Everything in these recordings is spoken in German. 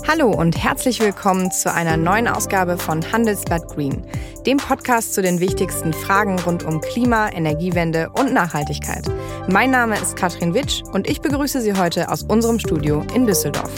Hallo und herzlich willkommen zu einer neuen Ausgabe von Handelsblatt Green, dem Podcast zu den wichtigsten Fragen rund um Klima, Energiewende und Nachhaltigkeit. Mein Name ist Katrin Witsch und ich begrüße Sie heute aus unserem Studio in Düsseldorf.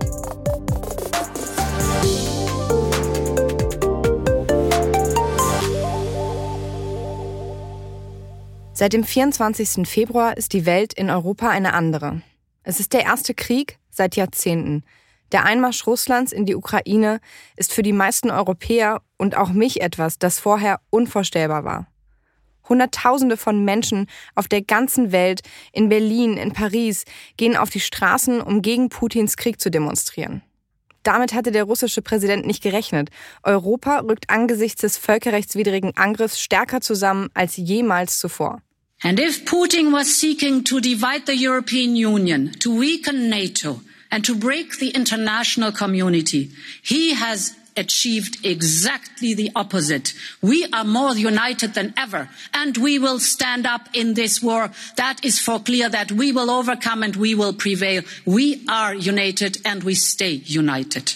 Seit dem 24. Februar ist die Welt in Europa eine andere. Es ist der erste Krieg seit Jahrzehnten. Der Einmarsch Russlands in die Ukraine ist für die meisten Europäer und auch mich etwas, das vorher unvorstellbar war. Hunderttausende von Menschen auf der ganzen Welt, in Berlin, in Paris, gehen auf die Straßen, um gegen Putins Krieg zu demonstrieren. Damit hatte der russische Präsident nicht gerechnet. Europa rückt angesichts des völkerrechtswidrigen Angriffs stärker zusammen als jemals zuvor. And if Putin was seeking to divide the European Union, to weaken NATO, and to break the international community, he has achieved exactly the opposite. We are more united than ever, and we will stand up in this war. That is for clear that we will overcome and we will prevail. We are united and we stay united.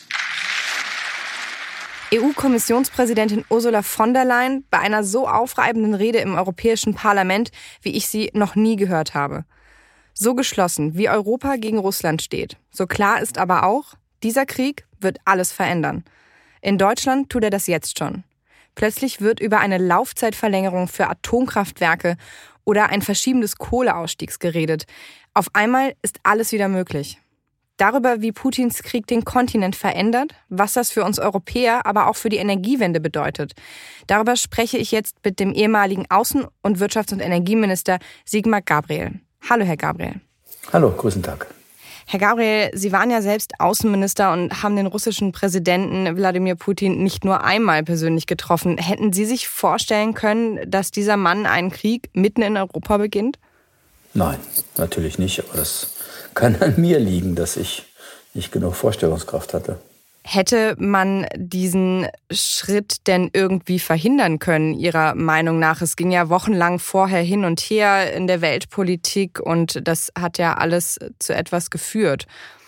EU-Kommissionspräsidentin Ursula von der Leyen bei einer so aufreibenden Rede im Europäischen Parlament, wie ich sie noch nie gehört habe. So geschlossen, wie Europa gegen Russland steht. So klar ist aber auch, dieser Krieg wird alles verändern. In Deutschland tut er das jetzt schon. Plötzlich wird über eine Laufzeitverlängerung für Atomkraftwerke oder ein Verschieben des Kohleausstiegs geredet. Auf einmal ist alles wieder möglich. Darüber, wie Putins Krieg den Kontinent verändert, was das für uns Europäer, aber auch für die Energiewende bedeutet. Darüber spreche ich jetzt mit dem ehemaligen Außen- und Wirtschafts- und Energieminister Sigmar Gabriel. Hallo, Herr Gabriel. Hallo, guten Tag. Herr Gabriel, Sie waren ja selbst Außenminister und haben den russischen Präsidenten Wladimir Putin nicht nur einmal persönlich getroffen. Hätten Sie sich vorstellen können, dass dieser Mann einen Krieg mitten in Europa beginnt? Nein, natürlich nicht. Aber das kann an mir liegen, dass ich nicht genug Vorstellungskraft hatte. Hätte man diesen Schritt denn irgendwie verhindern können, Ihrer Meinung nach? Es ging ja wochenlang vorher hin und her in der Weltpolitik und das hat ja alles zu etwas geführt.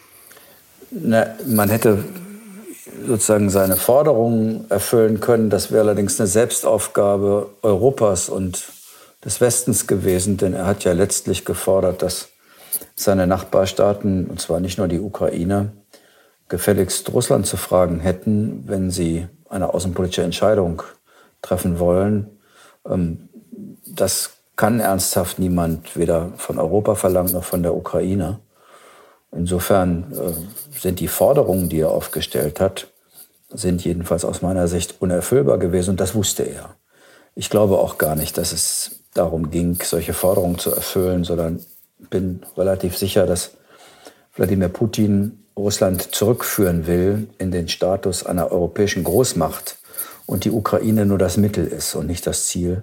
Man hätte sozusagen seine Forderungen erfüllen können. Das wäre allerdings eine Selbstaufgabe Europas und des Westens gewesen, denn er hat ja letztlich gefordert, dass seine Nachbarstaaten, und zwar nicht nur die Ukraine, gefälligst Russland zu fragen hätten, wenn sie eine außenpolitische Entscheidung treffen wollen. Das kann ernsthaft niemand weder von Europa verlangen noch von der Ukraine. Insofern sind die Forderungen, die er aufgestellt hat, sind jedenfalls aus meiner Sicht unerfüllbar gewesen und das wusste er. Ich glaube auch gar nicht, dass es darum ging, solche Forderungen zu erfüllen, sondern bin relativ sicher, dass Wladimir Putin Russland zurückführen will in den Status einer europäischen Großmacht und die Ukraine nur das Mittel ist und nicht das Ziel.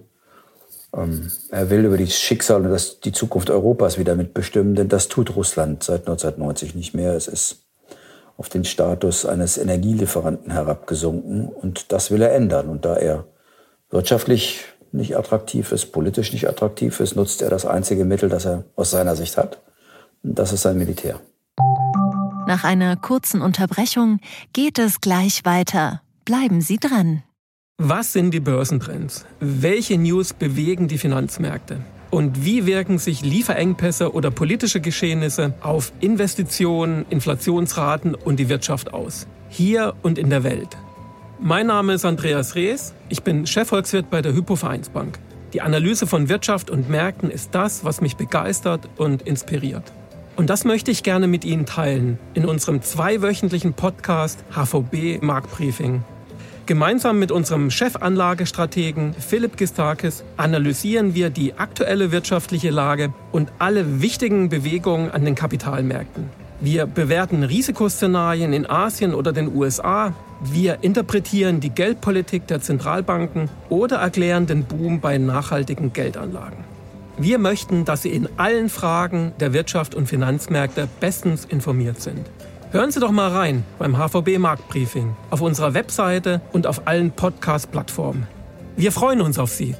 Er will über das Schicksal und die Zukunft Europas wieder mitbestimmen, denn das tut Russland seit 1990 nicht mehr. Es ist auf den Status eines Energielieferanten herabgesunken und das will er ändern. Und da er wirtschaftlich nicht attraktiv ist, politisch nicht attraktiv ist, nutzt er das einzige Mittel, das er aus seiner Sicht hat. Und das ist sein Militär. Nach einer kurzen Unterbrechung geht es gleich weiter. Bleiben Sie dran. Was sind die Börsentrends? Welche News bewegen die Finanzmärkte? Und wie wirken sich Lieferengpässe oder politische Geschehnisse auf Investitionen, Inflationsraten und die Wirtschaft aus? Hier und in der Welt. Mein Name ist Andreas Rees. Ich bin Chefvolkswirt bei der Hypo-Vereinsbank. Die Analyse von Wirtschaft und Märkten ist das, was mich begeistert und inspiriert. Und das möchte ich gerne mit Ihnen teilen in unserem 2-wöchentlichen Podcast HVB Marktbriefing. Gemeinsam mit unserem Chefanlagestrategen Philipp Gistakis analysieren wir die aktuelle wirtschaftliche Lage und alle wichtigen Bewegungen an den Kapitalmärkten. Wir bewerten Risikoszenarien in Asien oder den USA. Wir interpretieren die Geldpolitik der Zentralbanken oder erklären den Boom bei nachhaltigen Geldanlagen. Wir möchten, dass Sie in allen Fragen der Wirtschaft und Finanzmärkte bestens informiert sind. Hören Sie doch mal rein beim HVB Marktbriefing auf unserer Webseite und auf allen Podcast-Plattformen. Wir freuen uns auf Sie.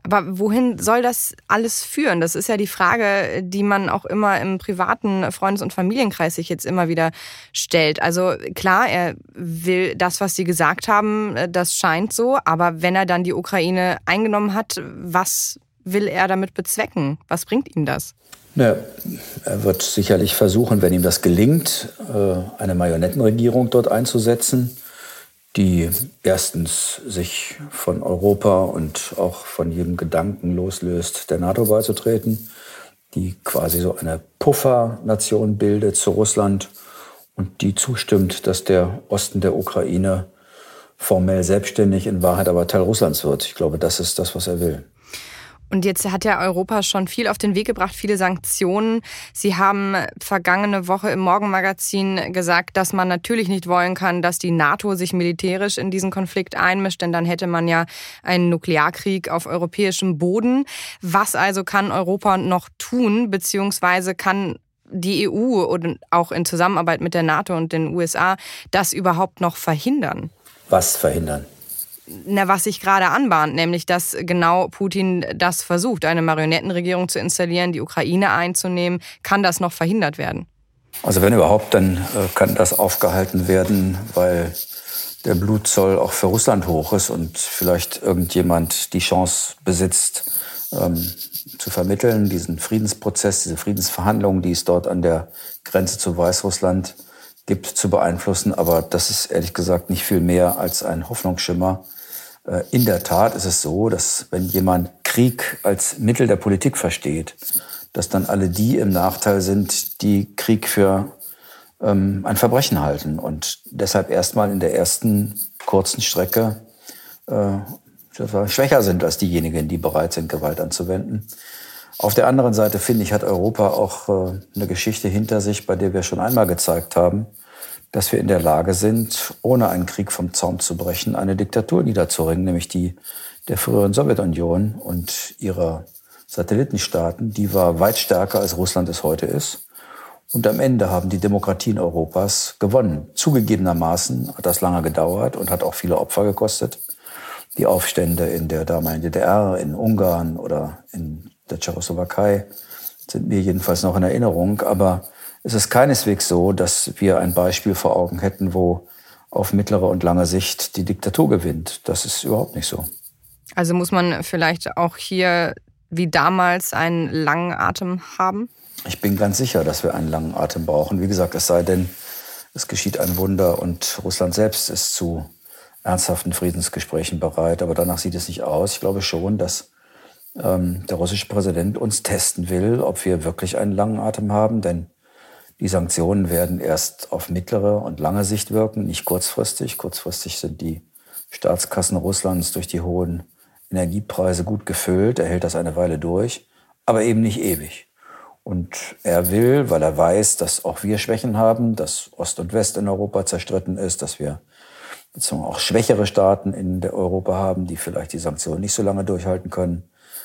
Aber wohin soll das alles führen? Das ist ja die Frage, die man auch immer im privaten Freundes- und Familienkreis sich jetzt immer wieder stellt. Also klar, er will das, was Sie gesagt haben, das scheint so. Aber wenn er dann die Ukraine eingenommen hat, was will er damit bezwecken? Was bringt ihm das? Ja, er wird sicherlich versuchen, wenn ihm das gelingt, eine Marionettenregierung dort einzusetzen, die erstens sich von Europa und auch von jedem Gedanken loslöst, der NATO beizutreten, die quasi so eine Puffernation bildet zu Russland und die zustimmt, dass der Osten der Ukraine formell selbstständig, in Wahrheit aber Teil Russlands wird. Ich glaube, das ist das, was er will. Und jetzt hat ja Europa schon viel auf den Weg gebracht, viele Sanktionen. Sie haben vergangene Woche im Morgenmagazin gesagt, dass man natürlich nicht wollen kann, dass die NATO sich militärisch in diesen Konflikt einmischt, denn dann hätte man ja einen Nuklearkrieg auf europäischem Boden. Was also kann Europa noch tun, beziehungsweise kann die EU und auch in Zusammenarbeit mit der NATO und den USA das überhaupt noch verhindern? Was verhindern? Was sich gerade anbahnt, nämlich dass genau Putin das versucht, eine Marionettenregierung zu installieren, die Ukraine einzunehmen. Kann das noch verhindert werden? Also wenn überhaupt, dann kann das aufgehalten werden, weil der Blutzoll auch für Russland hoch ist und vielleicht irgendjemand die Chance besitzt, zu vermitteln, diesen Friedensprozess, diese Friedensverhandlungen, die es dort an der Grenze zu Weißrussland gibt, zu beeinflussen. Aber das ist ehrlich gesagt nicht viel mehr als ein Hoffnungsschimmer. In der Tat ist es so, dass wenn jemand Krieg als Mittel der Politik versteht, dass dann alle die im Nachteil sind, die Krieg für ein Verbrechen halten und deshalb erstmal in der ersten kurzen Strecke schwächer sind als diejenigen, die bereit sind, Gewalt anzuwenden. Auf der anderen Seite, finde ich, hat Europa auch eine Geschichte hinter sich, bei der wir schon einmal gezeigt haben, dass wir in der Lage sind, ohne einen Krieg vom Zaum zu brechen, eine Diktatur niederzuringen, nämlich die der früheren Sowjetunion und ihrer Satellitenstaaten. Die war weit stärker, als Russland es heute ist. Und am Ende haben die Demokratien Europas gewonnen. Zugegebenermaßen hat das lange gedauert und hat auch viele Opfer gekostet. Die Aufstände in der damaligen DDR, in Ungarn oder in der Tschechoslowakei sind mir jedenfalls noch in Erinnerung. Aber es ist keineswegs so, dass wir ein Beispiel vor Augen hätten, wo auf mittlere und lange Sicht die Diktatur gewinnt. Das ist überhaupt nicht so. Also muss man vielleicht auch hier wie damals einen langen Atem haben? Ich bin ganz sicher, dass wir einen langen Atem brauchen. Wie gesagt, es sei denn, es geschieht ein Wunder und Russland selbst ist zu ernsthaften Friedensgesprächen bereit. Aber danach sieht es nicht aus. Ich glaube schon, dass der russische Präsident uns testen will, ob wir wirklich einen langen Atem haben. Denn die Sanktionen werden erst auf mittlere und lange Sicht wirken, nicht kurzfristig. Kurzfristig sind die Staatskassen Russlands durch die hohen Energiepreise gut gefüllt. Er hält das eine Weile durch, aber eben nicht ewig. Und er will, weil er weiß, dass auch wir Schwächen haben, dass Ost und West in Europa zerstritten ist, dass wir beziehungsweise auch schwächere Staaten in Europa haben, die vielleicht die Sanktionen nicht so lange durchhalten können.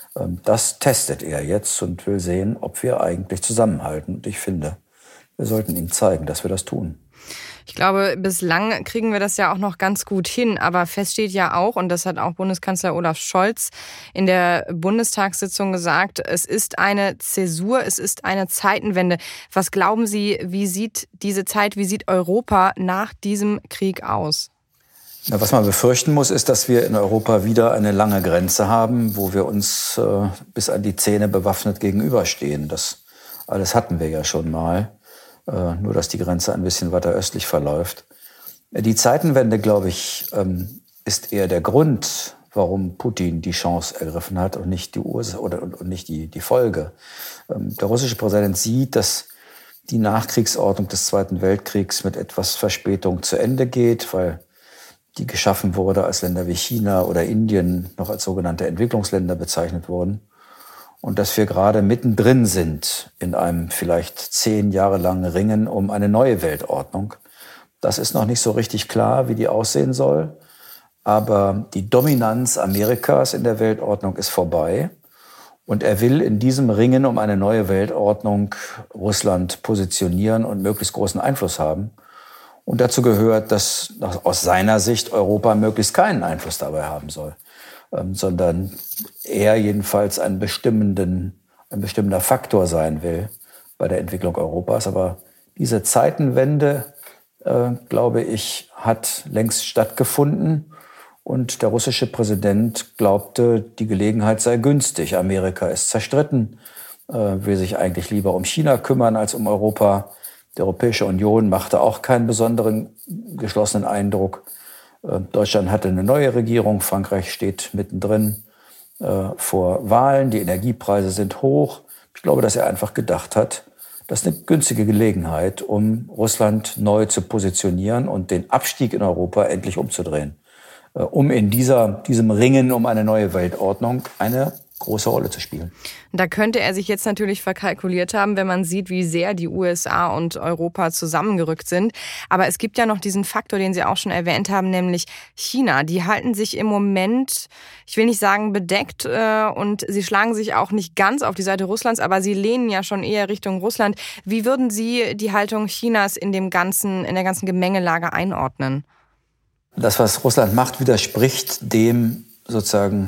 Das testet er jetzt und will sehen, ob wir eigentlich zusammenhalten. Und ich finde, wir sollten ihm zeigen, dass wir das tun. Ich glaube, bislang kriegen wir das ja auch noch ganz gut hin. Aber fest steht ja auch, und das hat auch Bundeskanzler Olaf Scholz in der Bundestagssitzung gesagt, es ist eine Zäsur, es ist eine Zeitenwende. Was glauben Sie, wie sieht diese Zeit, wie sieht Europa nach diesem Krieg aus? Na, was man befürchten muss, ist, dass wir in Europa wieder eine lange Grenze haben, wo wir uns bis an die Zähne bewaffnet gegenüberstehen. Das alles hatten wir ja schon mal. Nur, dass die Grenze ein bisschen weiter östlich verläuft. Die Zeitenwende, glaube ich, ist eher der Grund, warum Putin die Chance ergriffen hat und nicht die Ursache und nicht die Folge. Der russische Präsident sieht, dass die Nachkriegsordnung des Zweiten Weltkriegs mit etwas Verspätung zu Ende geht, weil die geschaffen wurde, als Länder wie China oder Indien noch als sogenannte Entwicklungsländer bezeichnet wurden. Und dass wir gerade mittendrin sind in einem vielleicht 10 Jahre langen Ringen um eine neue Weltordnung. Das ist noch nicht so richtig klar, wie die aussehen soll. Aber die Dominanz Amerikas in der Weltordnung ist vorbei. Und er will in diesem Ringen um eine neue Weltordnung Russland positionieren und möglichst großen Einfluss haben. Und dazu gehört, dass aus seiner Sicht Europa möglichst keinen Einfluss dabei haben soll. sondern er jedenfalls ein bestimmender Faktor sein will bei der Entwicklung Europas. Aber diese Zeitenwende, glaube ich, hat längst stattgefunden. Und der russische Präsident glaubte, die Gelegenheit sei günstig. Amerika ist zerstritten, will sich eigentlich lieber um China kümmern als um Europa. Die Europäische Union machte auch keinen besonderen geschlossenen Eindruck. Deutschland hatte eine neue Regierung, Frankreich steht mittendrin vor Wahlen, die Energiepreise sind hoch. Ich glaube, dass er einfach gedacht hat, das ist eine günstige Gelegenheit, um Russland neu zu positionieren und den Abstieg in Europa endlich umzudrehen, um in diesem Ringen um eine neue Weltordnung eine große Rolle zu spielen. Da könnte er sich jetzt natürlich verkalkuliert haben, wenn man sieht, wie sehr die USA und Europa zusammengerückt sind. Aber es gibt ja noch diesen Faktor, den Sie auch schon erwähnt haben, nämlich China. Die halten sich im Moment, ich will nicht sagen bedeckt, und sie schlagen sich auch nicht ganz auf die Seite Russlands, aber sie lehnen ja schon eher Richtung Russland. Wie würden Sie die Haltung Chinas in der ganzen Gemengelage einordnen? Das, was Russland macht, widerspricht dem sozusagen,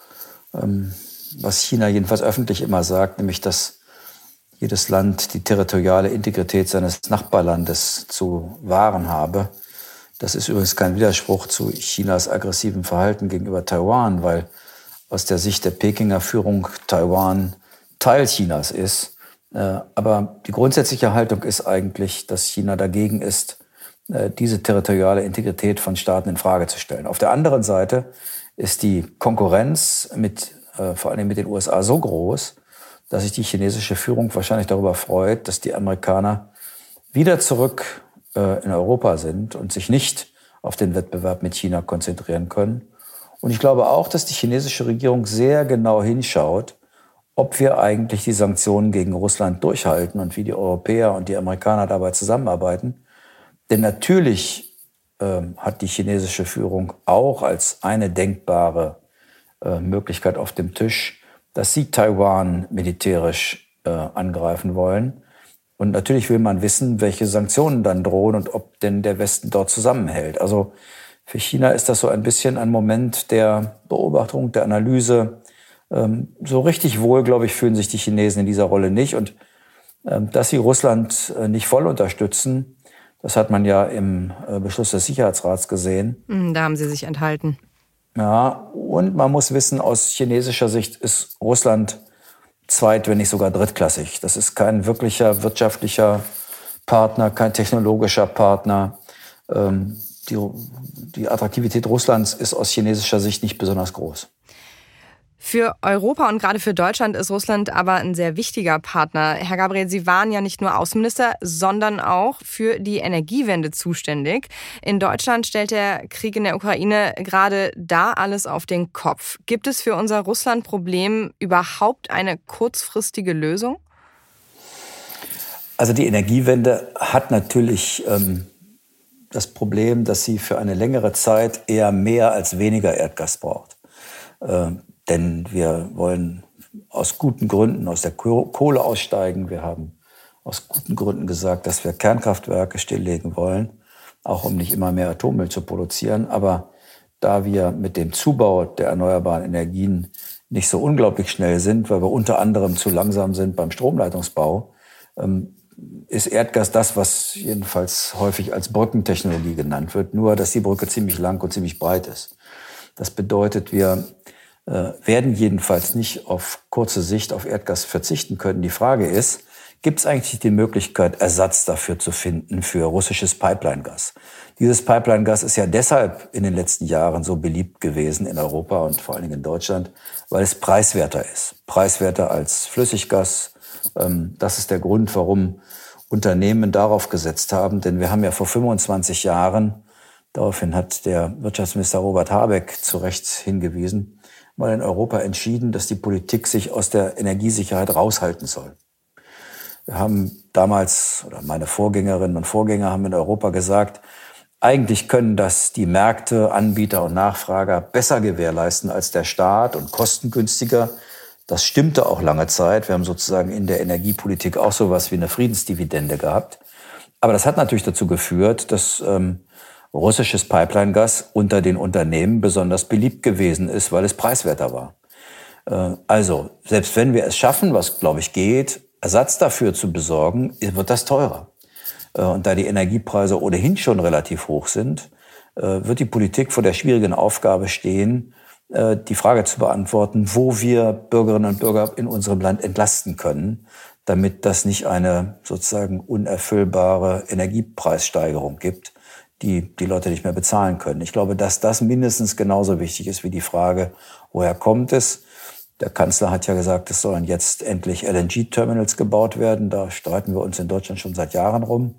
was China jedenfalls öffentlich immer sagt, nämlich dass jedes Land die territoriale Integrität seines Nachbarlandes zu wahren habe. Das ist übrigens kein Widerspruch zu Chinas aggressivem Verhalten gegenüber Taiwan, weil aus der Sicht der Pekinger Führung Taiwan Teil Chinas ist. Aber die grundsätzliche Haltung ist eigentlich, dass China dagegen ist, diese territoriale Integrität von Staaten in Frage zu stellen. Auf der anderen Seite ist die Konkurrenz vor allem mit den USA so groß, dass sich die chinesische Führung wahrscheinlich darüber freut, dass die Amerikaner wieder zurück in Europa sind und sich nicht auf den Wettbewerb mit China konzentrieren können. Und ich glaube auch, dass die chinesische Regierung sehr genau hinschaut, ob wir eigentlich die Sanktionen gegen Russland durchhalten und wie die Europäer und die Amerikaner dabei zusammenarbeiten. Denn natürlich hat die chinesische Führung auch als eine denkbare Möglichkeit auf dem Tisch, dass sie Taiwan militärisch angreifen wollen. Und natürlich will man wissen, welche Sanktionen dann drohen und ob denn der Westen dort zusammenhält. Also für China ist das so ein bisschen ein Moment der Beobachtung, der Analyse. So richtig wohl, glaube ich, fühlen sich die Chinesen in dieser Rolle nicht. Und dass sie Russland nicht voll unterstützen, das hat man ja im Beschluss des Sicherheitsrats gesehen. Da haben sie sich enthalten. Ja, und man muss wissen, aus chinesischer Sicht ist Russland wenn nicht sogar drittklassig. Das ist kein wirklicher wirtschaftlicher Partner, kein technologischer Partner. Die Attraktivität Russlands ist aus chinesischer Sicht nicht besonders groß. Für Europa und gerade für Deutschland ist Russland aber ein sehr wichtiger Partner. Herr Gabriel, Sie waren ja nicht nur Außenminister, sondern auch für die Energiewende zuständig. In Deutschland stellt der Krieg in der Ukraine gerade da alles auf den Kopf. Gibt es für unser Russland-Problem überhaupt eine kurzfristige Lösung? Also die Energiewende hat natürlich das Problem, dass sie für eine längere Zeit eher mehr als weniger Erdgas braucht. Denn wir wollen aus guten Gründen aus der Kohle aussteigen. Wir haben aus guten Gründen gesagt, dass wir Kernkraftwerke stilllegen wollen, auch um nicht immer mehr Atommüll zu produzieren. Aber da wir mit dem Zubau der erneuerbaren Energien nicht so unglaublich schnell sind, weil wir unter anderem zu langsam sind beim Stromleitungsbau, ist Erdgas das, was jedenfalls häufig als Brückentechnologie genannt wird, nur dass die Brücke ziemlich lang und ziemlich breit ist. Das bedeutet, wir werden jedenfalls nicht auf kurze Sicht auf Erdgas verzichten können. Die Frage ist, gibt es eigentlich die Möglichkeit, Ersatz dafür zu finden für russisches Pipeline-Gas? Dieses Pipeline-Gas ist ja deshalb in den letzten Jahren so beliebt gewesen in Europa und vor allen Dingen in Deutschland, weil es preiswerter ist. Preiswerter als Flüssiggas. Das ist der Grund, warum Unternehmen darauf gesetzt haben. Denn wir haben ja vor 25 Jahren, daraufhin hat der Wirtschaftsminister Robert Habeck zu Recht hingewiesen, mal in Europa entschieden, dass die Politik sich aus der Energiesicherheit raushalten soll. Wir haben damals, oder meine Vorgängerinnen und Vorgänger haben in Europa gesagt, eigentlich können das die Märkte, Anbieter und Nachfrager besser gewährleisten als der Staat und kostengünstiger. Das stimmte auch lange Zeit. Wir haben sozusagen in der Energiepolitik auch sowas wie eine Friedensdividende gehabt. Aber das hat natürlich dazu geführt, dass russisches Pipeline-Gas unter den Unternehmen besonders beliebt gewesen ist, weil es preiswerter war. Also, selbst wenn wir es schaffen, was, glaube ich, geht, Ersatz dafür zu besorgen, wird das teurer. Und da die Energiepreise ohnehin schon relativ hoch sind, wird die Politik vor der schwierigen Aufgabe stehen, die Frage zu beantworten, wo wir Bürgerinnen und Bürger in unserem Land entlasten können, damit das nicht eine sozusagen unerfüllbare Energiepreissteigerung gibt, die die Leute nicht mehr bezahlen können. Ich glaube, dass das mindestens genauso wichtig ist wie die Frage, woher kommt es? Der Kanzler hat ja gesagt, es sollen jetzt endlich LNG-Terminals gebaut werden. Da streiten wir uns in Deutschland schon seit Jahren rum.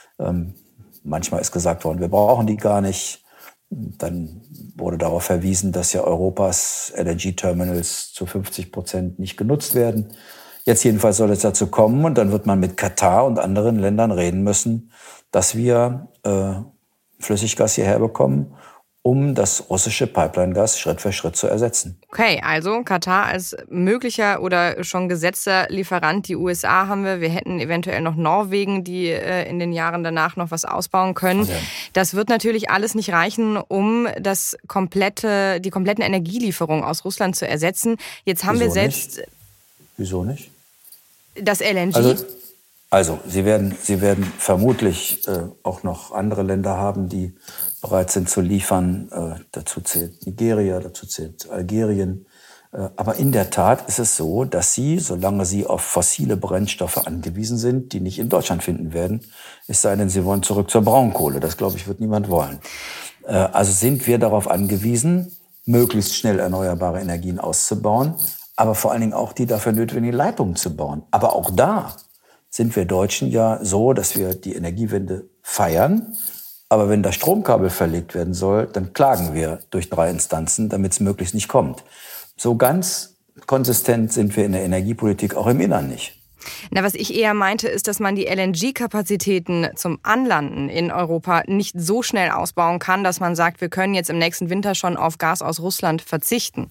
Manchmal ist gesagt worden, wir brauchen die gar nicht. Dann wurde darauf verwiesen, dass ja Europas LNG-Terminals zu 50% nicht genutzt werden. Jetzt jedenfalls soll es dazu kommen und dann wird man mit Katar und anderen Ländern reden müssen, dass wir Flüssiggas hierher bekommen, um das russische Pipeline-Gas Schritt für Schritt zu ersetzen. Okay, also Katar als möglicher oder schon gesetzter Lieferant. Die USA haben wir. Wir hätten eventuell noch Norwegen, die in den Jahren danach noch was ausbauen können. Ja. Das wird natürlich alles nicht reichen, um die kompletten Energielieferungen aus Russland zu ersetzen. Jetzt haben wir selbst... Wieso nicht? Das LNG? Also Sie werden vermutlich auch noch andere Länder haben, die bereit sind zu liefern. Dazu zählt Nigeria, dazu zählt Algerien. Aber in der Tat ist es so, dass sie, solange sie auf fossile Brennstoffe angewiesen sind, die nicht in Deutschland finden werden, es sei denn, sie wollen zurück zur Braunkohle. Das, glaube ich, wird niemand wollen. Also sind wir darauf angewiesen, möglichst schnell erneuerbare Energien auszubauen, aber vor allen Dingen auch die dafür notwendigen Leitungen zu bauen. Aber auch da sind wir Deutschen ja so, dass wir die Energiewende feiern. Aber wenn das Stromkabel verlegt werden soll, dann klagen wir durch 3 Instanzen, damit es möglichst nicht kommt. So ganz konsistent sind wir in der Energiepolitik auch im Innern nicht. Na, was ich eher meinte, ist, dass man die LNG-Kapazitäten zum Anlanden in Europa nicht so schnell ausbauen kann, dass man sagt, wir können jetzt im nächsten Winter schon auf Gas aus Russland verzichten.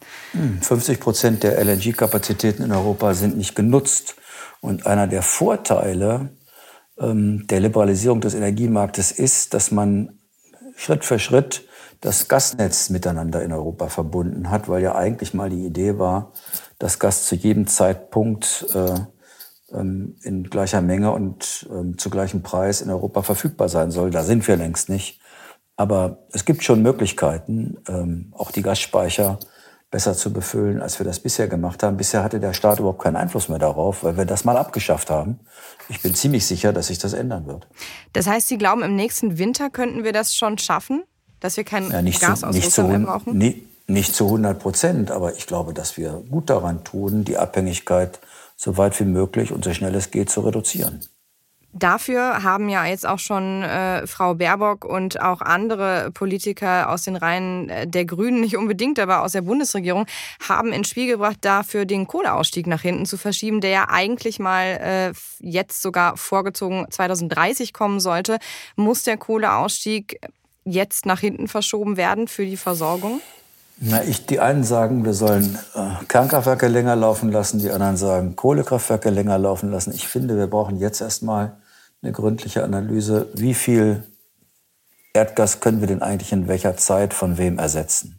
50% der LNG-Kapazitäten in Europa sind nicht genutzt. Und einer der Vorteile der Liberalisierung des Energiemarktes ist, dass man Schritt für Schritt das Gasnetz miteinander in Europa verbunden hat, weil ja eigentlich mal die Idee war, dass Gas zu jedem Zeitpunkt in gleicher Menge und zu gleichem Preis in Europa verfügbar sein soll. Da sind wir längst nicht. Aber es gibt schon Möglichkeiten, auch die Gasspeicher besser zu befüllen, als wir das bisher gemacht haben. Bisher hatte der Staat überhaupt keinen Einfluss mehr darauf, weil wir das mal abgeschafft haben. Ich bin ziemlich sicher, dass sich das ändern wird. Das heißt, Sie glauben, im nächsten Winter könnten wir das schon schaffen, dass wir kein Gas aus Russland mehr brauchen? Nicht zu 100%, aber ich glaube, dass wir gut daran tun, die Abhängigkeit so weit wie möglich und so schnell es geht zu reduzieren. Dafür haben ja jetzt auch schon Frau Baerbock und auch andere Politiker aus den Reihen der Grünen, nicht unbedingt, aber aus der Bundesregierung, haben ins Spiel gebracht, dafür den Kohleausstieg nach hinten zu verschieben, der ja eigentlich mal jetzt sogar vorgezogen 2030 kommen sollte. Muss der Kohleausstieg jetzt nach hinten verschoben werden für die Versorgung? Die einen sagen, wir sollen Kernkraftwerke länger laufen lassen, die anderen sagen, Kohlekraftwerke länger laufen lassen. Ich finde, wir brauchen jetzt erstmal eine gründliche Analyse, wie viel Erdgas können wir denn eigentlich in welcher Zeit von wem ersetzen?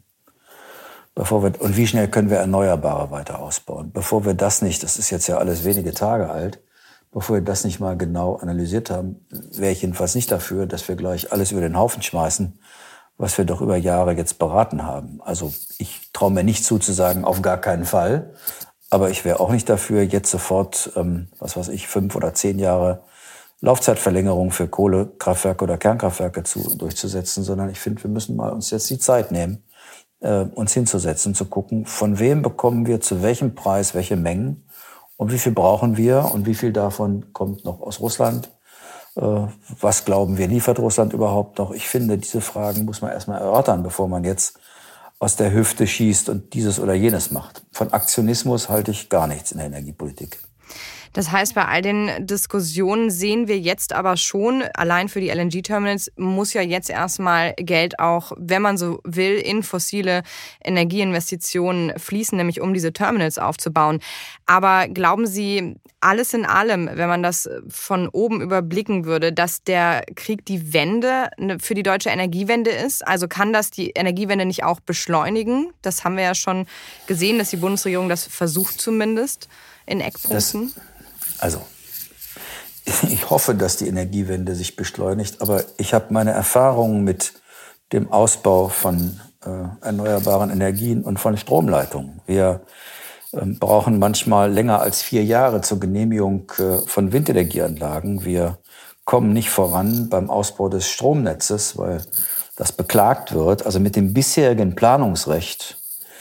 Und wie schnell können wir Erneuerbare weiter ausbauen? Bevor wir das nicht, das ist jetzt ja alles wenige Tage alt, bevor wir das nicht mal genau analysiert haben, wäre ich jedenfalls nicht dafür, dass wir gleich alles über den Haufen schmeißen, was wir doch über Jahre jetzt beraten haben. Also ich traue mir nicht zu sagen, auf gar keinen Fall. Aber ich wäre auch nicht dafür, jetzt sofort, 5 oder 10 Jahre Laufzeitverlängerung für Kohlekraftwerke oder Kernkraftwerke durchzusetzen, sondern ich finde, wir müssen mal uns jetzt die Zeit nehmen, uns hinzusetzen, zu gucken, von wem bekommen wir zu welchem Preis welche Mengen und wie viel brauchen wir und wie viel davon kommt noch aus Russland. Was glauben wir, liefert Russland überhaupt noch? Ich finde, diese Fragen muss man erstmal erörtern, bevor man jetzt aus der Hüfte schießt und dieses oder jenes macht. Von Aktionismus halte ich gar nichts in der Energiepolitik. Das heißt, bei all den Diskussionen sehen wir jetzt aber schon, allein für die LNG-Terminals muss ja jetzt erstmal Geld auch, wenn man so will, in fossile Energieinvestitionen fließen, nämlich um diese Terminals aufzubauen. Aber glauben Sie, alles in allem, wenn man das von oben überblicken würde, dass der Krieg die Wende für die deutsche Energiewende ist? Also kann das die Energiewende nicht auch beschleunigen? Das haben wir ja schon gesehen, dass die Bundesregierung das versucht zumindest in Eckpunkten. Also, ich hoffe, dass die Energiewende sich beschleunigt, aber ich habe meine Erfahrungen mit dem Ausbau von erneuerbaren Energien und von Stromleitungen. Wir brauchen manchmal länger als 4 Jahre zur Genehmigung von Windenergieanlagen. Wir kommen nicht voran beim Ausbau des Stromnetzes, weil das beklagt wird. Also mit dem bisherigen Planungsrecht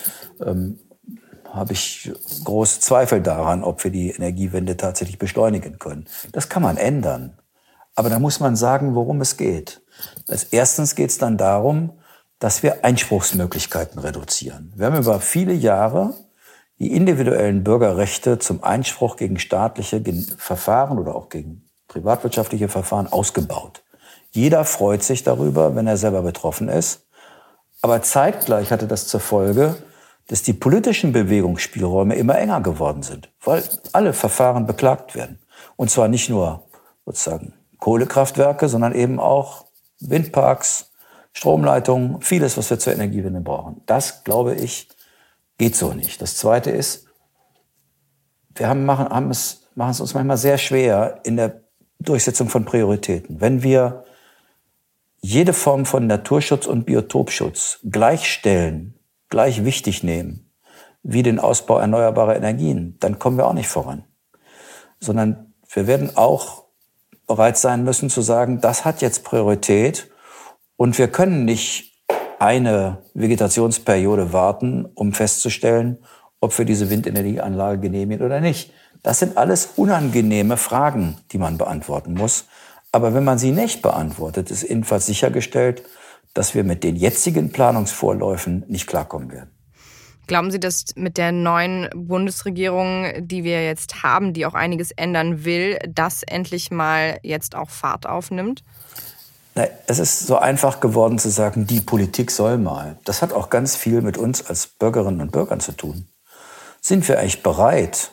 habe ich große Zweifel daran, ob wir die Energiewende tatsächlich beschleunigen können. Das kann man ändern. Aber da muss man sagen, worum es geht. Als erstens geht es dann darum, dass wir Einspruchsmöglichkeiten reduzieren. Wir haben über viele Jahre die individuellen Bürgerrechte zum Einspruch gegen staatliche Verfahren oder auch gegen privatwirtschaftliche Verfahren ausgebaut. Jeder freut sich darüber, wenn er selber betroffen ist. Aber zeitgleich hatte das zur Folge, dass die politischen Bewegungsspielräume immer enger geworden sind, weil alle Verfahren beklagt werden. Und zwar nicht nur sozusagen Kohlekraftwerke, sondern eben auch Windparks, Stromleitungen, vieles, was wir zur Energiewende brauchen. Das, glaube ich, geht so nicht. Das Zweite ist, wir machen es uns manchmal sehr schwer in der Durchsetzung von Prioritäten. Wenn wir jede Form von Naturschutz und Biotopschutz gleichstellen, gleich wichtig nehmen, wie den Ausbau erneuerbarer Energien, dann kommen wir auch nicht voran. Sondern wir werden auch bereit sein müssen zu sagen, das hat jetzt Priorität und wir können nicht eine Vegetationsperiode warten, um festzustellen, ob wir diese Windenergieanlage genehmigen oder nicht. Das sind alles unangenehme Fragen, die man beantworten muss. Aber wenn man sie nicht beantwortet, ist jedenfalls sichergestellt, dass wir mit den jetzigen Planungsvorläufen nicht klarkommen werden. Glauben Sie, dass mit der neuen Bundesregierung, die wir jetzt haben, die auch einiges ändern will, das endlich mal jetzt auch Fahrt aufnimmt? Es ist so einfach geworden zu sagen, die Politik soll mal. Das hat auch ganz viel mit uns als Bürgerinnen und Bürgern zu tun. Sind wir eigentlich bereit,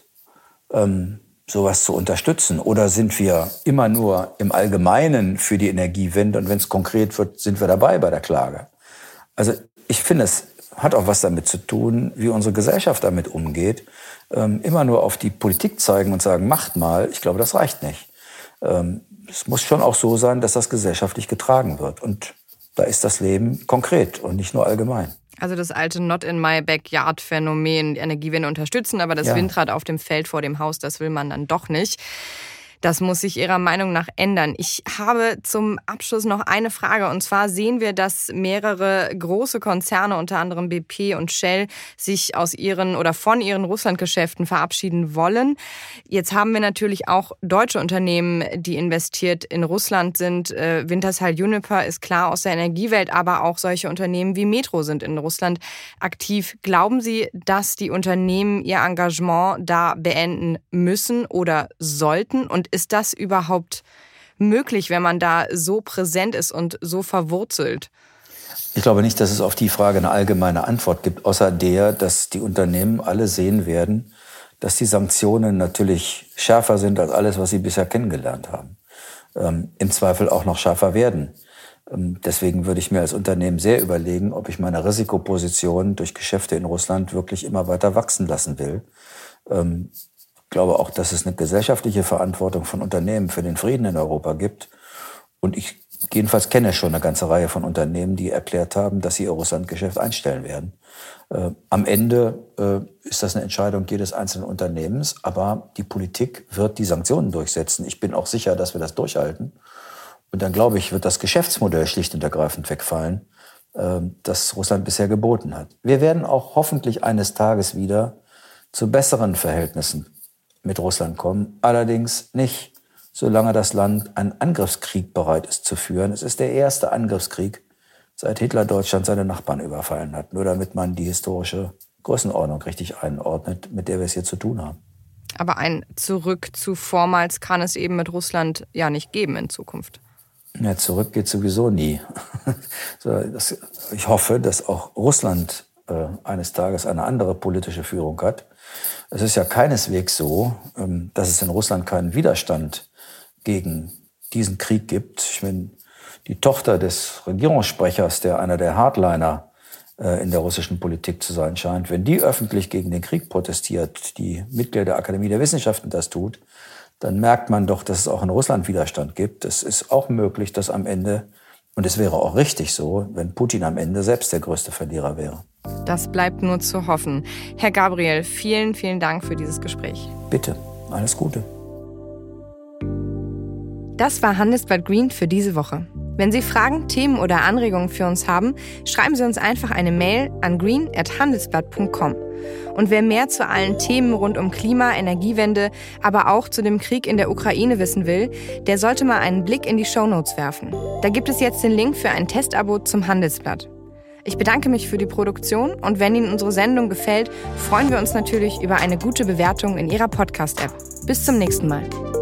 sowas zu unterstützen? Oder sind wir immer nur im Allgemeinen für die Energiewende und wenn es konkret wird, sind wir dabei bei der Klage? Also ich finde, es hat auch was damit zu tun, wie unsere Gesellschaft damit umgeht. Immer nur auf die Politik zeigen und sagen, macht mal, ich glaube, das reicht nicht. Es muss schon auch so sein, dass das gesellschaftlich getragen wird. Und da ist das Leben konkret und nicht nur allgemein. Also das alte Not-in-my-backyard-Phänomen, Energiewende unterstützen, aber das Windrad auf dem Feld vor dem Haus, das will man dann doch nicht. Das muss sich Ihrer Meinung nach ändern. Ich habe zum Abschluss noch eine Frage. Und zwar sehen wir, dass mehrere große Konzerne, unter anderem BP und Shell, sich aus ihren oder von ihren Russlandgeschäften verabschieden wollen. Jetzt haben wir natürlich auch deutsche Unternehmen, die investiert in Russland sind. Wintershall Uniper ist klar aus der Energiewelt, aber auch solche Unternehmen wie Metro sind in Russland aktiv. Glauben Sie, dass die Unternehmen ihr Engagement da beenden müssen oder sollten? Und ist das überhaupt möglich, wenn man da so präsent ist und so verwurzelt? Ich glaube nicht, dass es auf die Frage eine allgemeine Antwort gibt, außer der, dass die Unternehmen alle sehen werden, dass die Sanktionen natürlich schärfer sind als alles, was sie bisher kennengelernt haben. Im Zweifel auch noch schärfer werden. Deswegen würde ich mir als Unternehmen sehr überlegen, ob ich meine Risikoposition durch Geschäfte in Russland wirklich immer weiter wachsen lassen will. Ich glaube auch, dass es eine gesellschaftliche Verantwortung von Unternehmen für den Frieden in Europa gibt. Und ich jedenfalls kenne schon eine ganze Reihe von Unternehmen, die erklärt haben, dass sie ihr Russlandgeschäft einstellen werden. Am Ende ist das eine Entscheidung jedes einzelnen Unternehmens, aber die Politik wird die Sanktionen durchsetzen. Ich bin auch sicher, dass wir das durchhalten. Und dann, glaube ich, wird das Geschäftsmodell schlicht und ergreifend wegfallen, das Russland bisher geboten hat. Wir werden auch hoffentlich eines Tages wieder zu besseren Verhältnissen mit Russland kommen. Allerdings nicht, solange das Land einen Angriffskrieg bereit ist zu führen. Es ist der erste Angriffskrieg, seit Hitler Deutschland seine Nachbarn überfallen hat. Nur damit man die historische Größenordnung richtig einordnet, mit der wir es hier zu tun haben. Aber ein Zurück zu vormals kann es eben mit Russland ja nicht geben in Zukunft. Ja, zurück geht sowieso nie. Ich hoffe, dass auch Russland eines Tages eine andere politische Führung hat. Es ist ja keineswegs so, dass es in Russland keinen Widerstand gegen diesen Krieg gibt. Ich meine, die Tochter des Regierungssprechers, der einer der Hardliner in der russischen Politik zu sein scheint, wenn die öffentlich gegen den Krieg protestiert, die Mitglieder der Akademie der Wissenschaften das tut, dann merkt man doch, dass es auch in Russland Widerstand gibt. Es ist auch möglich, dass am Ende, und es wäre auch richtig so, wenn Putin am Ende selbst der größte Verlierer wäre. Das bleibt nur zu hoffen. Herr Gabriel, vielen, vielen Dank für dieses Gespräch. Bitte, alles Gute. Das war Handelsblatt Green für diese Woche. Wenn Sie Fragen, Themen oder Anregungen für uns haben, schreiben Sie uns einfach eine Mail an green@handelsblatt.com. Und wer mehr zu allen Themen rund um Klima, Energiewende, aber auch zu dem Krieg in der Ukraine wissen will, der sollte mal einen Blick in die Shownotes werfen. Da gibt es jetzt den Link für ein Testabo zum Handelsblatt. Ich bedanke mich für die Produktion und wenn Ihnen unsere Sendung gefällt, freuen wir uns natürlich über eine gute Bewertung in Ihrer Podcast-App. Bis zum nächsten Mal.